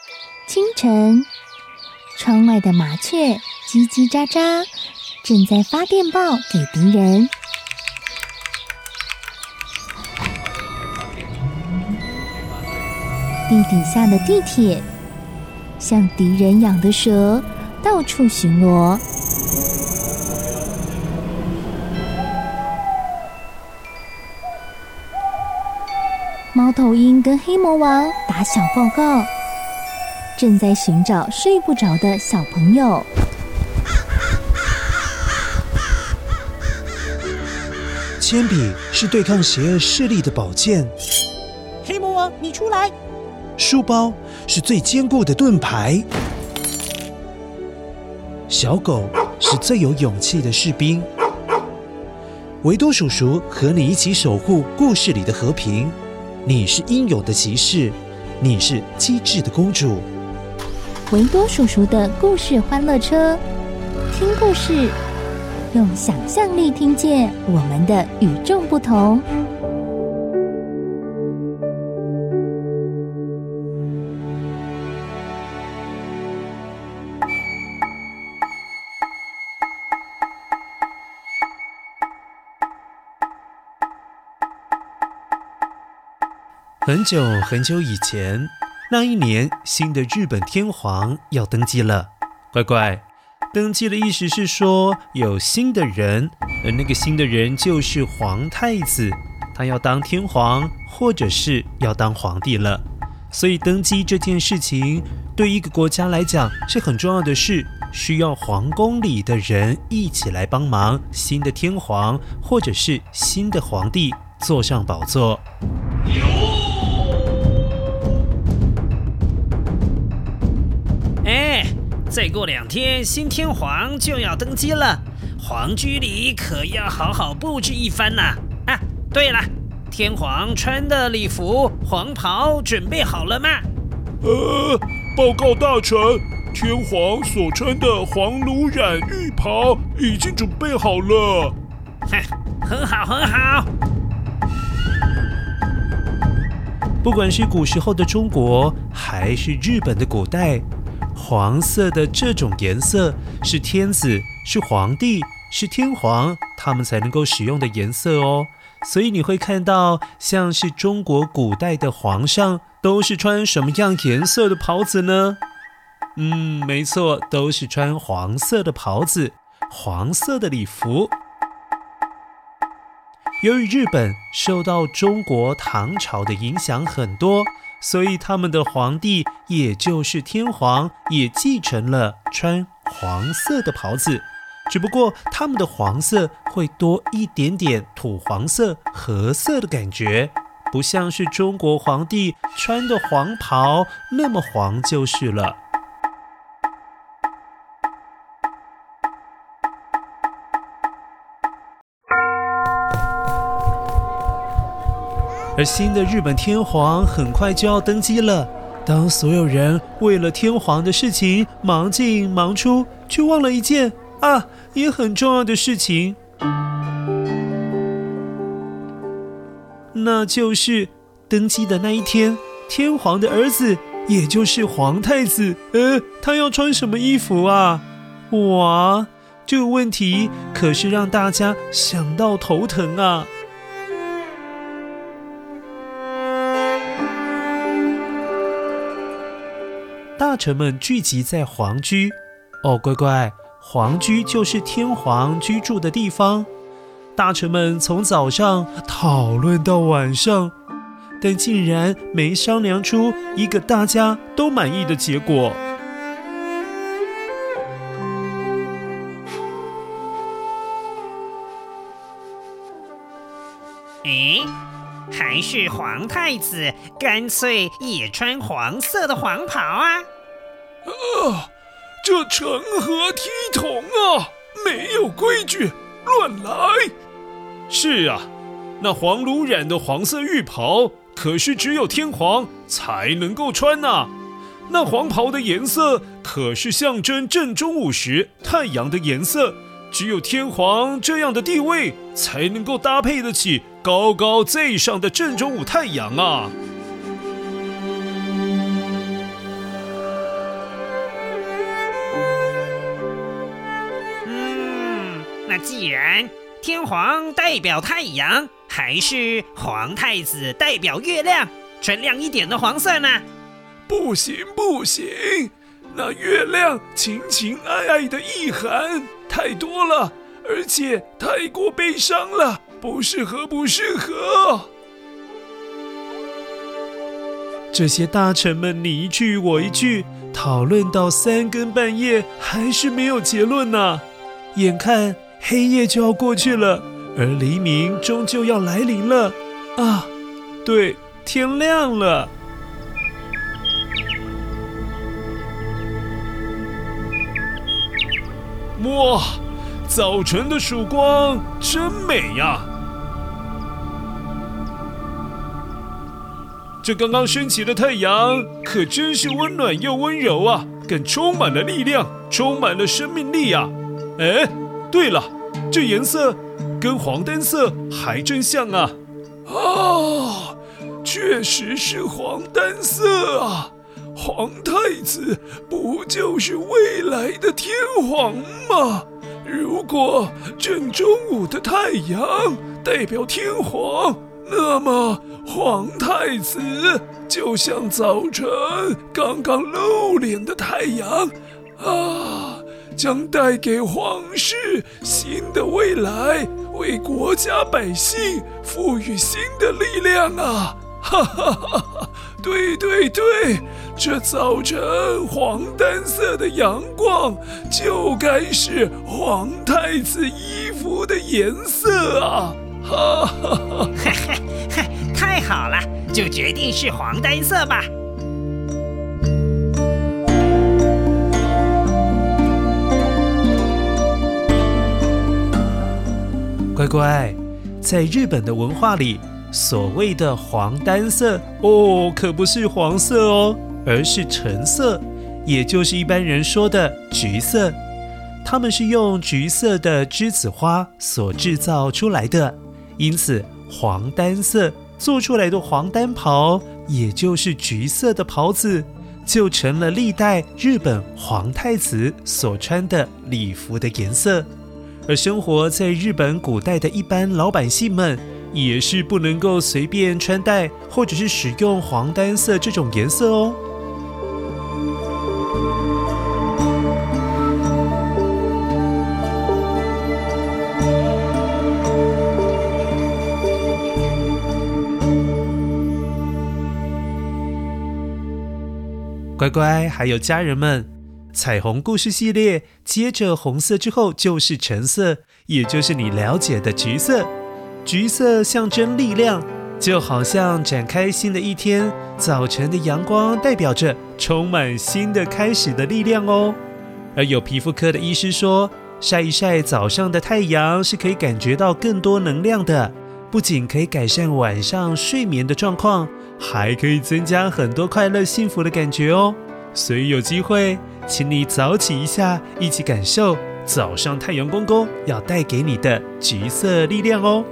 清晨，窗外的麻雀叽叽喳喳，正在发电报给敌人。地底下的地铁，像敌人养的蛇，到处巡逻。猫头鹰跟黑魔王打小报告，正在寻找睡不着的小朋友。 铅笔是对抗邪恶势力的宝剑， 黑魔王，你出来！ 书包是最坚固的盾牌，小狗是最有勇气的士兵。维多叔叔和你一起守护故事里的和平。你是英勇的骑士，你是机智的公主。 维多叔叔的故事欢乐车，听故事，用想象力听见我们的与众不同。 很久很久以前，那一年，新的日本天皇要登基了。乖乖，登基的意思是说有新的人，而那个新的人就是皇太子，他要当天皇，或者是要当皇帝了。所以登基这件事情，对一个国家来讲是很重要的事，需要皇宫里的人一起来帮忙，新的天皇或者是新的皇帝坐上宝座。 再过2天，新天皇就要登基了，皇居里可要好好布置一番呐！啊，对了，天皇穿的礼服黄袍准备好了吗？ 报告大臣，天皇所穿的黄芦染玉袍已经准备好了。 很好，很好。 不管是古时候的中国，还是日本的古代，黄色的这种颜色是天子、是皇帝、是天皇他们才能够使用的颜色哦。所以你会看到，像是中国古代的皇上都是穿什么样颜色的袍子呢？没错，都是穿黄色的袍子，黄色的礼服。由于日本受到中国唐朝的影响很多，所以他们的皇帝，也就是天皇，也继承了穿黄色的袍子，只不过他们的黄色会多一点点土黄色、褐色的感觉，不像是中国皇帝穿的黄袍那么黄就是了。而新的日本天皇很快就要登基了，当所有人为了天皇的事情忙进忙出，却忘了一件也很重要的事情，那就是登基的那一天，天皇的儿子，也就是皇太子，他要穿什么衣服啊？哇，这个问题可是让大家想到头疼啊！大臣们聚集在皇居，乖乖，皇居就是天皇居住的地方。大臣们从早上讨论到晚上，但竟然没商量出一个大家都满意的结果。 还是皇太子干脆也穿黄色的黄袍啊！ 这成何体统啊！没有规矩，乱来！是啊，那黄芦染的黄色玉袍，可是只有天皇才能够穿啊。那黄袍的颜色，可是象征正中午时太阳的颜色，只有天皇这样的地位，才能够搭配得起高高在上的正中午太阳啊！ 既然天皇代表太阳，还是皇太子代表月亮，穿亮一点的黄色呢？ 不行不行，那月亮情情爱爱的意涵太多了，而且太过悲伤了，不适合不适合。 这些大臣们你一句我一句，讨论到3更半夜，还是没有结论呢。眼看黑夜就要过去了，而黎明终究要来临了啊！对，天亮了。 哇，早晨的曙光真美呀！这刚刚升起的太阳可真是温暖又温柔啊，更充满了力量，充满了生命力啊！哎，对了，这颜色跟黄丹色还真像啊！啊，确实是黄丹色啊！皇太子不就是未来的天皇吗？如果正中午的太阳代表天皇，那么皇太子就像早晨刚刚露脸的太阳啊，将带给皇室新的未来，为国家百姓赋予新的力量啊！哈哈哈哈！对对对，这早晨黄丹色的阳光就该是皇太子衣服的颜色啊！哈哈哈！ 太好了，就决定是黄丹色吧。 乖乖，在日本的文化里，所谓的黄丹色哦，可不是黄色哦，而是橙色，也就是一般人说的橘色。它们是用橘色的栀子花所制造出来的，因此黄丹色做出来的黄丹袍，也就是橘色的袍子，就成了历代日本皇太子所穿的礼服的颜色。而生活在日本古代的一般老百姓们，也是不能够随便穿戴或者是使用黄丹色这种颜色哦。乖乖，还有家人们，彩虹故事系列接着红色之后就是橙色，也就是你了解的橘色。橘色象征力量，就好像展开新的一天，早晨的阳光代表着充满新的开始的力量哦。而有皮肤科的医师说，晒一晒早上的太阳是可以感觉到更多能量的，不仅可以改善晚上睡眠的状况，还可以增加很多快乐幸福的感觉哦。所以有机会请你早起一下，一起感受早上太阳公公要带给你的橘色力量哦。